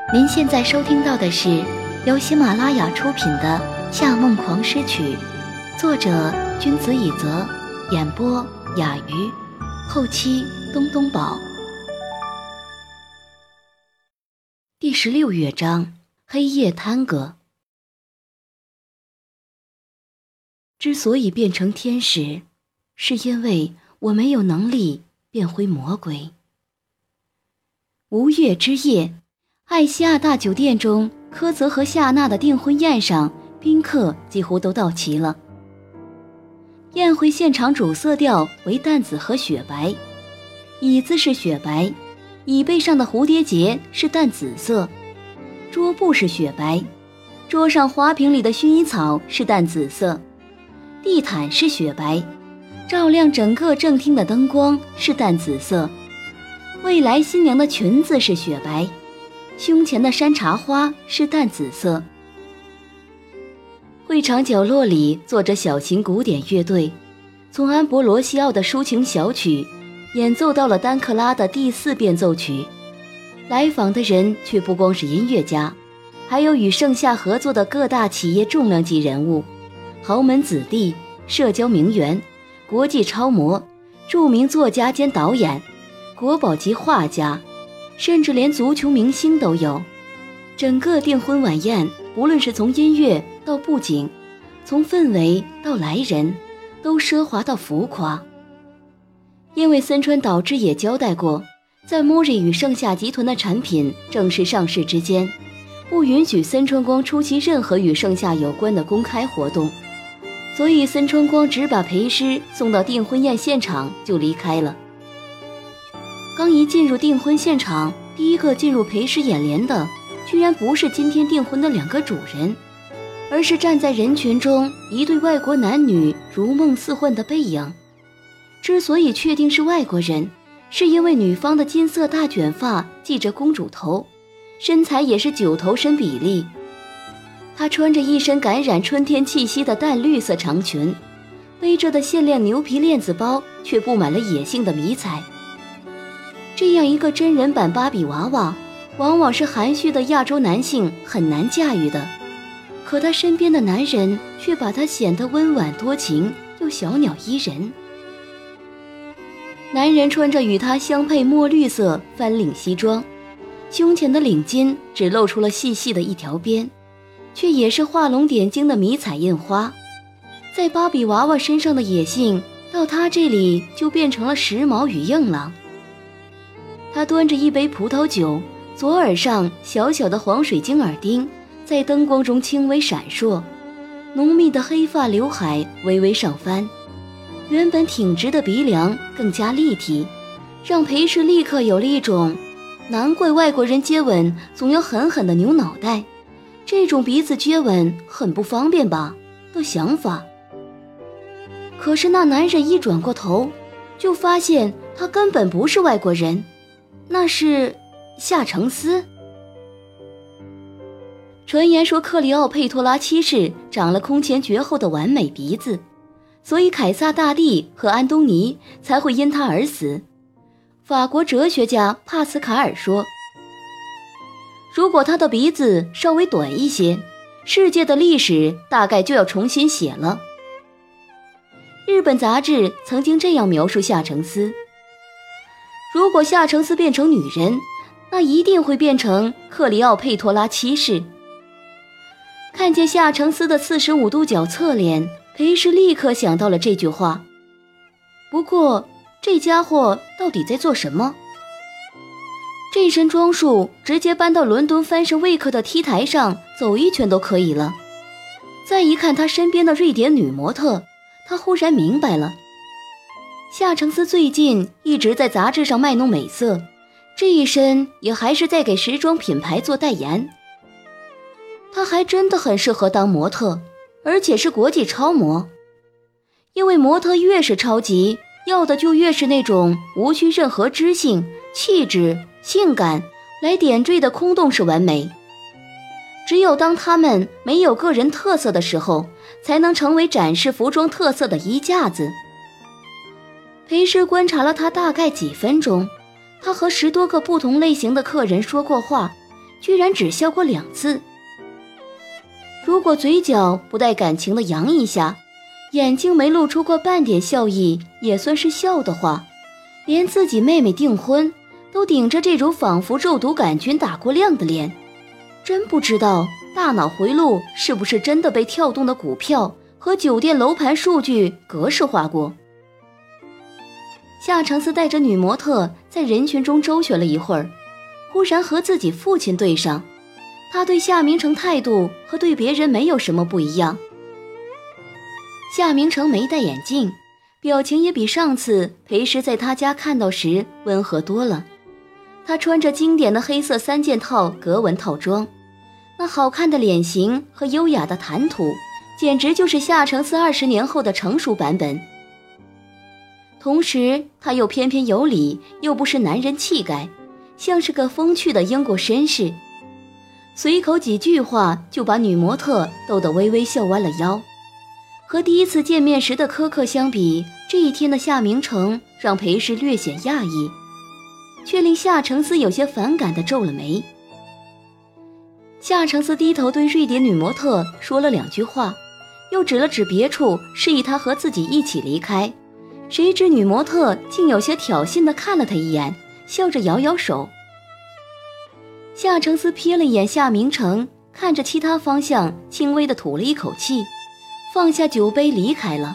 您现在收听到的是由喜马拉雅出品的《夏梦狂诗曲》，作者君子以泽，演播雅鱼，后期东东宝。第16乐章，黑夜探戈。之所以变成天使，是因为我没有能力变回魔鬼。无月之夜，艾希亚大酒店中，科泽和夏娜的订婚宴上，宾客几乎都到齐了。宴会现场主色调为淡紫和雪白，椅子是雪白，椅背上的蝴蝶结是淡紫色，桌布是雪白，桌上花瓶里的薰衣草是淡紫色，地毯是雪白，照亮整个正厅的灯光是淡紫色，未来新娘的裙子是雪白，胸前的山茶花是淡紫色。会场角落里坐着小型古典乐队，从安博罗西奥的抒情小曲演奏到了丹克拉的第4变奏曲。来访的人却不光是音乐家，还有与盛夏合作的各大企业重量级人物，豪门子弟、社交名媛、国际超模、著名作家兼导演、国宝级画家，甚至连足球明星都有。整个订婚晚宴，不论是从音乐到布景，从氛围到来人，都奢华到浮夸。因为森川导致也交代过，在 Mori 与盛夏集团的产品正式上市之间，不允许森川光出席任何与盛夏有关的公开活动，所以森川光只把陪诗送到订婚宴现场就离开了。刚一进入订婚现场，第一个进入陪诗眼帘的居然不是今天订婚的2个主人，而是站在人群中一对外国男女如梦似幻的背影。之所以确定是外国人，是因为女方的金色大卷发系着公主头，身材也是9头身比例。她穿着一身感染春天气息的淡绿色长裙，背着的限量牛皮链子包却布满了野性的迷彩。这样一个真人版芭比娃娃，往往是含蓄的亚洲男性很难驾驭的，可他身边的男人却把他显得温婉多情又小鸟依人。男人穿着与他相配墨绿色翻领西装，胸前的领巾只露出了细细的一条边，却也是画龙点睛的迷彩印花。在芭比娃娃身上的野性，到他这里就变成了时髦与硬朗。他端着一杯葡萄酒，左耳上小小的黄水晶耳钉在灯光中轻微闪烁，浓密的黑发刘海微微上翻，原本挺直的鼻梁更加立体，让裴氏立刻有了一种难怪外国人接吻总要狠狠地扭脑袋，这种彼此接吻很不方便吧的想法。可是那男人一转过头，就发现他根本不是外国人，那是夏承思。传言说克里奥佩托拉七世长了空前绝后的完美鼻子，所以凯撒大帝和安东尼才会因他而死。法国哲学家帕斯卡尔说，如果他的鼻子稍微短一些，世界的历史大概就要重新写了。日本杂志曾经这样描述夏承思，如果夏承思变成女人，那一定会变成克里奥佩托拉七世。看见夏承思的45度角侧脸，裴氏立刻想到了这句话。不过这家伙到底在做什么？这身装束直接搬到伦敦翻身卫克的 T 台上走一圈都可以了。再一看他身边的瑞典女模特，他忽然明白了，夏承思最近一直在杂志上卖弄美色，这一身也还是在给时装品牌做代言。他还真的很适合当模特，而且是国际超模。因为模特越是超级，要的就越是那种无需任何知性、气质、性感来点缀的空洞式完美。只有当他们没有个人特色的时候，才能成为展示服装特色的衣架子。裴氏观察了他大概几分钟，他和10多个不同类型的客人说过话， 居然只笑过2次。如果嘴角不带感情的扬一下，眼睛没露出过半点笑意也算是笑的话，连自己妹妹订婚都顶着这种仿佛肉毒杆菌打过量的脸，真不知道大脑回路是不是真的被跳动的股票和酒店楼盘数据格式化过。夏承思带着女模特在人群中周旋了一会儿，忽然和自己父亲对上，他对夏明诚态度和对别人没有什么不一样。夏明诚没戴眼镜，表情也比上次裴师在他家看到时温和多了。他穿着经典的黑色3件套格纹套装，那好看的脸型和优雅的谈吐，简直就是夏承思20年后的成熟版本。同时他又翩翩有礼，又不失男人气概，像是个风趣的英国绅士。随口几句话就把女模特逗得微微笑弯了腰。和第一次见面时的苛刻相比，这一天的夏明诚让裴氏略显讶异，却令夏承思有些反感地皱了眉。夏承思低头对瑞典女模特说了2句话，又指了指别处，示意她和自己一起离开。谁知女模特竟有些挑衅地看了他一眼，笑着摇摇手。夏承思瞥了一眼夏明诚，看着其他方向，轻微地吐了一口气，放下酒杯离开了。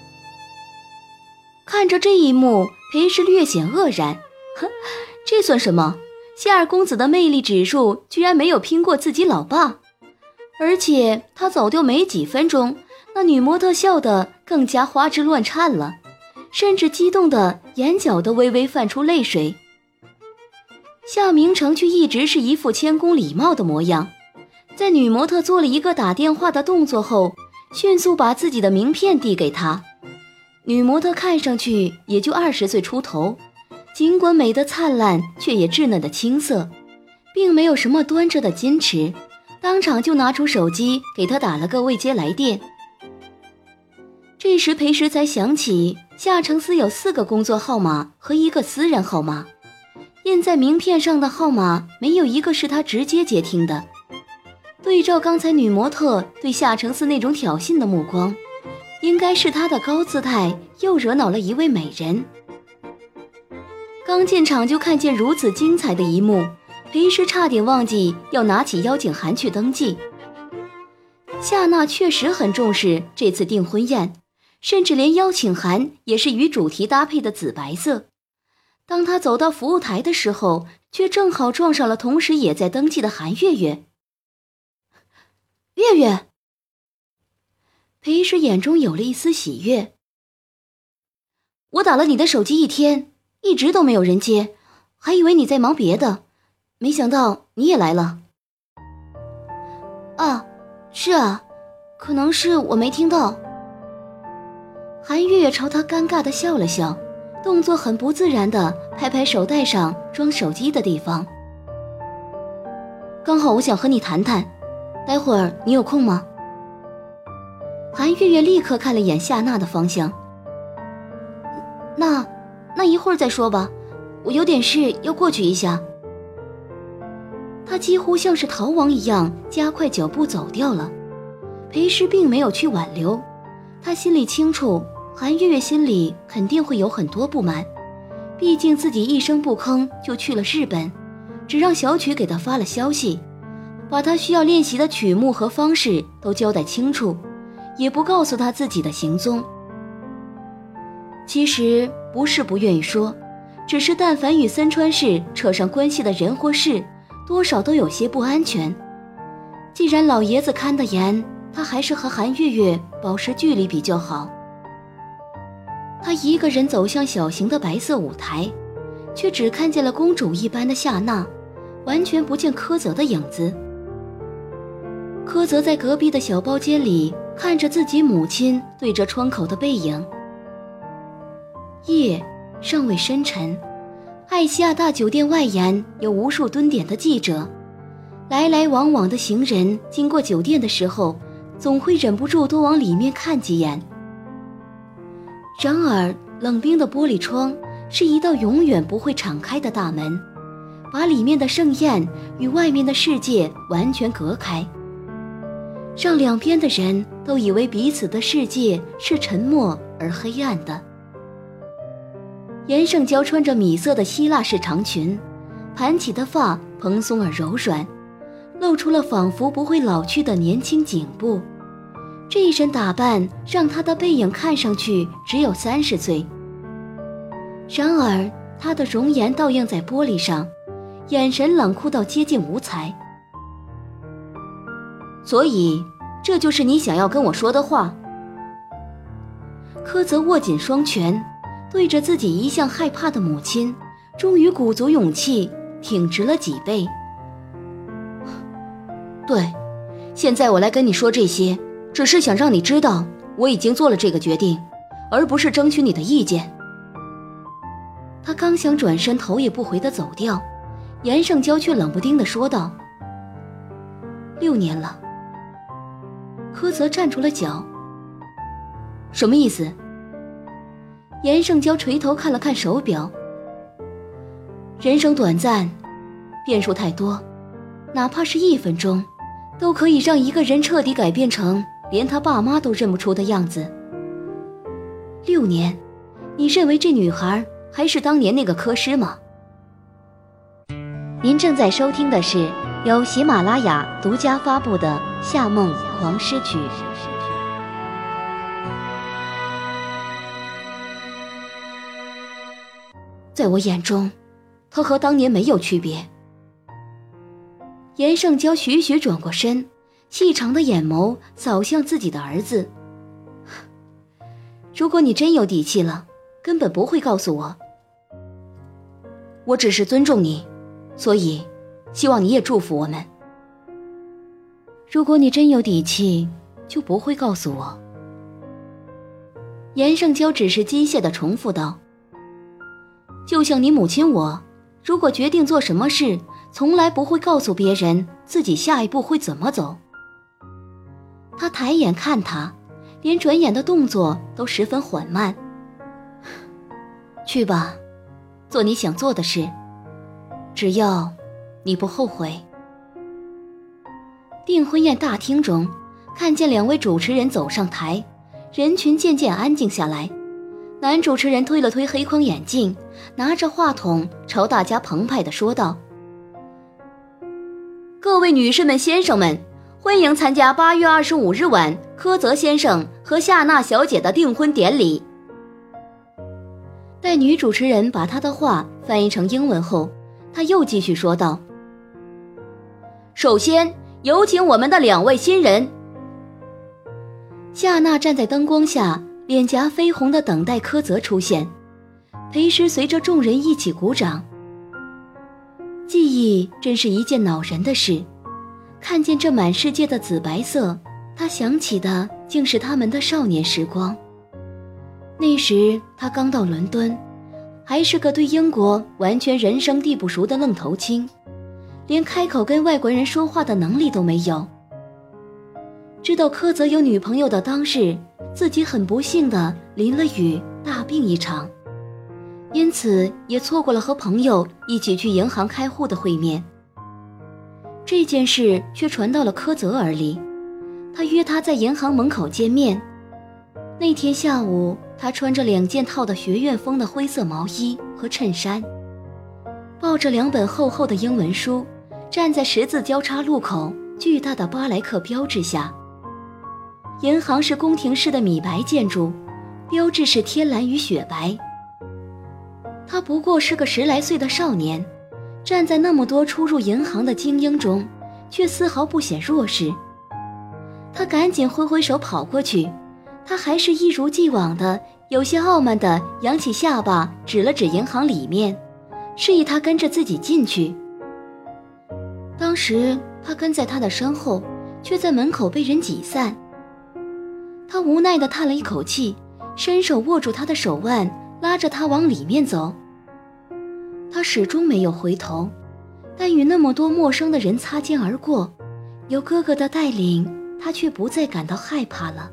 看着这一幕，裴氏略显愕然，这算什么？夏二公子的魅力指数居然没有拼过自己老爸，而且他走掉没几分钟，那女模特笑得更加花枝乱颤了，甚至激动的眼角都微微泛出泪水。夏明诚却一直是一副谦恭礼貌的模样，在女模特做了一个打电话的动作后，迅速把自己的名片递给她。女模特看上去也就20岁出头，尽管美得灿烂，却也稚嫩的青涩，并没有什么端着的矜持，当场就拿出手机给她打了个未接来电。这时裴时才想起夏承思有4个工作号码和1个私人号码，印在名片上的号码没有一个是他直接接听的。对照刚才女模特对夏承思那种挑衅的目光，应该是他的高姿态又惹恼了一位美人。刚进场就看见如此精彩的一幕，裴时差点忘记要拿起邀请函去登记。夏娜确实很重视这次订婚宴，甚至连邀请函也是与主题搭配的紫白色。当他走到服务台的时候，却正好撞上了同时也在登记的韩月月。月月，裴时眼中有了一丝喜悦。我打了你的手机1天，一直都没有人接，还以为你在忙别的，没想到你也来了。啊，是啊，可能是我没听到。韩月月朝他尴尬地笑了笑，动作很不自然地拍拍手袋上装手机的地方。刚好我想和你谈谈，待会儿你有空吗？韩月月立刻看了眼夏娜的方向。那一会儿再说吧，我有点事要过去一下。他几乎像是逃亡一样加快脚步走掉了。裴时并没有去挽留，他心里清楚韩月月心里肯定会有很多不满，毕竟自己一声不吭就去了日本，只让小曲给他发了消息，把他需要练习的曲目和方式都交代清楚，也不告诉他自己的行踪。其实不是不愿意说，只是但凡与森川氏扯上关系的人或事，多少都有些不安全。既然老爷子看得严，他还是和韩月月保持距离比较好。他一个人走向小型的白色舞台，却只看见了公主一般的夏娜，完全不见柯泽的影子。柯泽在隔壁的小包间里看着自己母亲对着窗口的背影。夜尚未深沉，艾希亚大酒店外沿有无数蹲点的记者，来来往往的行人经过酒店的时候，总会忍不住多往里面看几眼。然而冷冰的玻璃窗是一道永远不会敞开的大门， 把里面的盛宴与外面的世界完全隔开，让两边的人都以为彼此的世界是沉默而黑暗的。严胜娇穿着米色的希腊式长裙，盘起的发蓬松而柔软，露出了仿佛不会老去的年轻颈部。这一身打扮让她的背影看上去只有30岁，然而她的容颜倒映在玻璃上，眼神冷酷到接近无才。所以这就是你想要跟我说的话？柯泽握紧双拳，对着自己一向害怕的母亲，终于鼓足勇气挺直了脊背。对，现在我来跟你说这些，只是想让你知道我已经做了这个决定，而不是争取你的意见。他刚想转身头也不回地走掉，严胜娇却冷不丁地说道：6年了。柯泽站住了脚。什么意思？严胜娇垂头看了看手表。人生短暂，变数太多，哪怕是1分钟，都可以让一个人彻底改变成连他爸妈都认不出的样子。6年，你认为这女孩还是当年那个柯诗吗？您正在收听的是由喜马拉雅独家发布的《夏梦狂诗曲》。在我眼中，她和当年没有区别。严胜娇徐徐转过身，细长的眼眸扫向自己的儿子。如果你真有底气了，根本不会告诉我。我只是尊重你，所以希望你也祝福我们。如果你真有底气，就不会告诉我。严胜娇只是机械地重复道。就像你母亲我，如果决定做什么事，从来不会告诉别人自己下一步会怎么走。他抬眼看他，连转眼的动作都十分缓慢。去吧，做你想做的事，只要你不后悔。订婚宴大厅中，看见2位主持人走上台，人群渐渐安静下来。男主持人推了推黑框眼镜，拿着话筒朝大家澎湃地说道：各位女士们先生们，欢迎参加8月25日晚柯泽先生和夏娜小姐的订婚典礼。待女主持人把她的话翻译成英文后，她又继续说道：首先有请我们的2位新人。夏娜站在灯光下，脸颊绯红的等待柯泽出现，陪诗随着众人一起鼓掌。记忆真是一件恼人的事，看见这满世界的紫白色，他想起的竟是他们的少年时光。那时他刚到伦敦，还是个对英国完全人生地不熟的愣头青，连开口跟外国人说话的能力都没有。知道柯泽有女朋友的当日，自己很不幸地淋了雨，大病一场，因此也错过了和朋友一起去银行开户的会面。这件事却传到了柯泽耳里，他约他在银行门口见面。那天下午，他穿着2件套的学院风的灰色毛衣和衬衫，抱着2本厚厚的英文书，站在十字交叉路口巨大的巴莱克标志下。银行是宫廷式的米白建筑，标志是天蓝与雪白。他不过是个10来岁的少年，站在那么多出入银行的精英中，却丝毫不显弱势。他赶紧挥挥手跑过去，他还是一如既往的有些傲慢地扬起下巴，指了指银行里面，示意他跟着自己进去。当时他跟在他的身后，却在门口被人挤散。他无奈地叹了一口气，伸手握住他的手腕，拉着他往里面走。他始终没有回头，但与那么多陌生的人擦肩而过，有哥哥的带领，他却不再感到害怕了。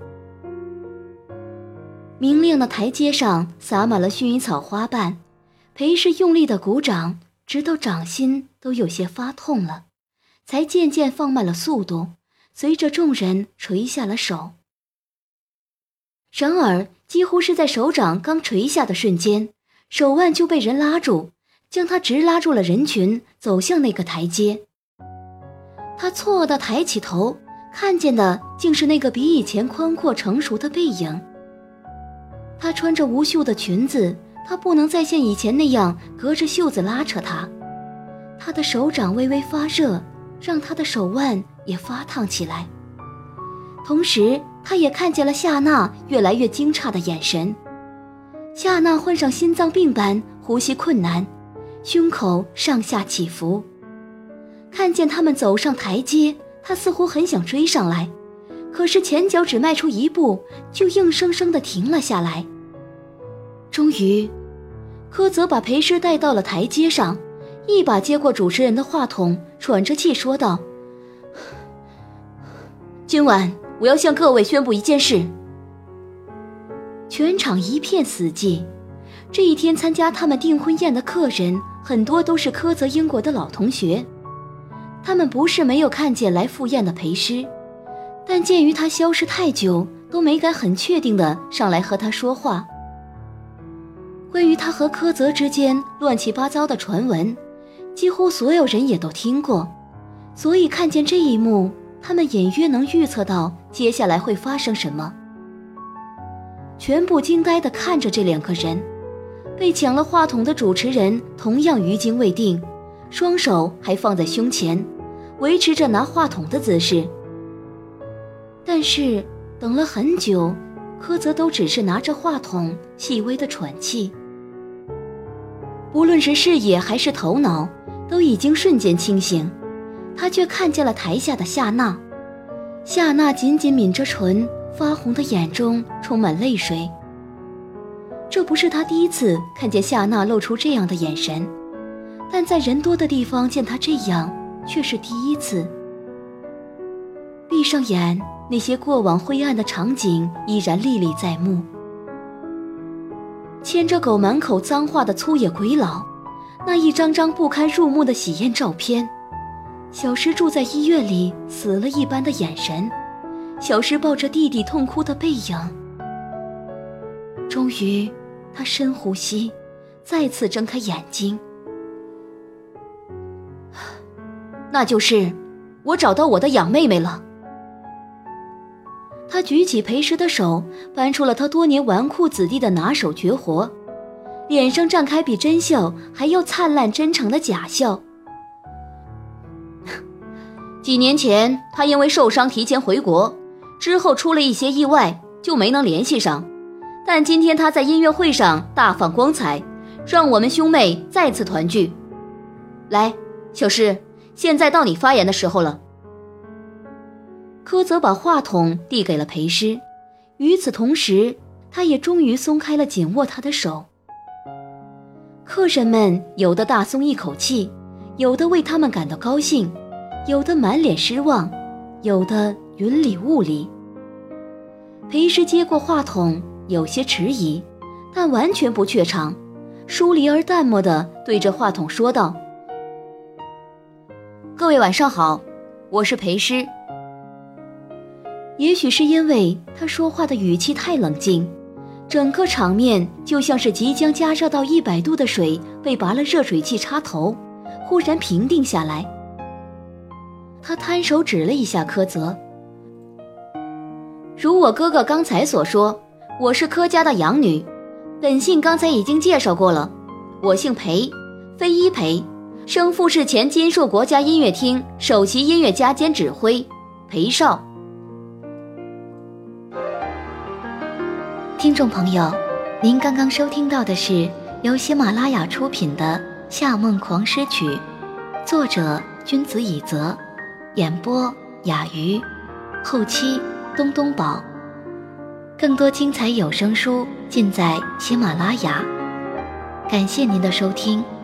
明亮的台阶上洒满了薰衣草花瓣，裴氏用力的鼓掌， 直到掌心都有些发痛了，才渐渐放慢了速度，随着众人垂下了手。然而几乎是在手掌刚垂下的瞬间，手腕就被人拉住，将他直拉入了人群，走向那个台阶。他错愕地抬起头，看见的竟是那个比以前宽阔成熟的背影。她穿着无袖的裙子，她不能再像以前那样隔着袖子拉扯她。她的手掌微微发热，让她的手腕也发烫起来。同时她也看见了夏娜越来越惊诧的眼神。夏娜患上心脏病般呼吸困难，胸口上下起伏。看见他们走上台阶，她似乎很想追上来，可是前脚只迈出一步，就硬生生地停了下来。终于，柯泽把裴师带到了台阶上，一把接过主持人的话筒，喘着气说道：“今晚我要向各位宣布一件事。”全场一片死寂。这一天参加他们订婚宴的客人很多都是柯泽英国的老同学，他们不是没有看见来赴宴的裴师，但鉴于他消失太久，都没敢很确定地上来和他说话。关于他和柯泽之间乱七八糟的传闻，几乎所有人也都听过，所以看见这一幕，他们隐约能预测到接下来会发生什么。全部惊呆地看着这两个人。被抢了话筒的主持人同样余惊未定，双手还放在胸前，维持着拿话筒的姿势。但是等了很久，柯泽都只是拿着话筒细微的喘气。不论是视野还是头脑，都已经瞬间清醒，他却看见了台下的夏娜。夏娜紧紧抿着唇，发红的眼中充满泪水。这不是他第一次看见夏娜露出这样的眼神，但在人多的地方见她这样却是第一次。闭上眼，那些过往灰暗的场景依然历历在目。牵着狗满口脏话的粗野鬼佬，那一张张不堪入目的喜宴照片，小石住在医院里死了一般的眼神，小石抱着弟弟痛哭的背影。终于他深呼吸，再次睁开眼睛。那就是我找到我的养妹妹了。他举起裴石的手，搬出了他多年纨绔子弟的拿手绝活，脸上绽开比真笑还要灿烂真诚的假笑。几年前他因为受伤提前回国，之后出了一些意外，就没能联系上。但今天他在音乐会上大放光彩，让我们兄妹再次团聚。来，小诗，现在到你发言的时候了。柯泽把话筒递给了裴师，与此同时，他也终于松开了紧握他的手。客人们有的大松一口气，有的为他们感到高兴，有的满脸失望，有的云里雾里。裴师接过话筒，有些迟疑，但完全不怯场，疏离而淡漠地对着话筒说道：“各位晚上好，我是裴师。”也许是因为他说话的语气太冷静，整个场面就像是即将加热到100度的水被拔了热水器插头，忽然平定下来。他摊手指了一下柯泽：“如我哥哥刚才所说，我是柯家的养女，本姓刚才已经介绍过了，我姓裴，非一裴，生父是前金硕国家音乐厅首席音乐家兼指挥裴少。”听众朋友，您刚刚收听到的是由喜马拉雅出品的《夏梦狂诗曲》，作者君子以泽，演播雅鱼，后期东东宝。更多精彩有声书尽在喜马拉雅，感谢您的收听。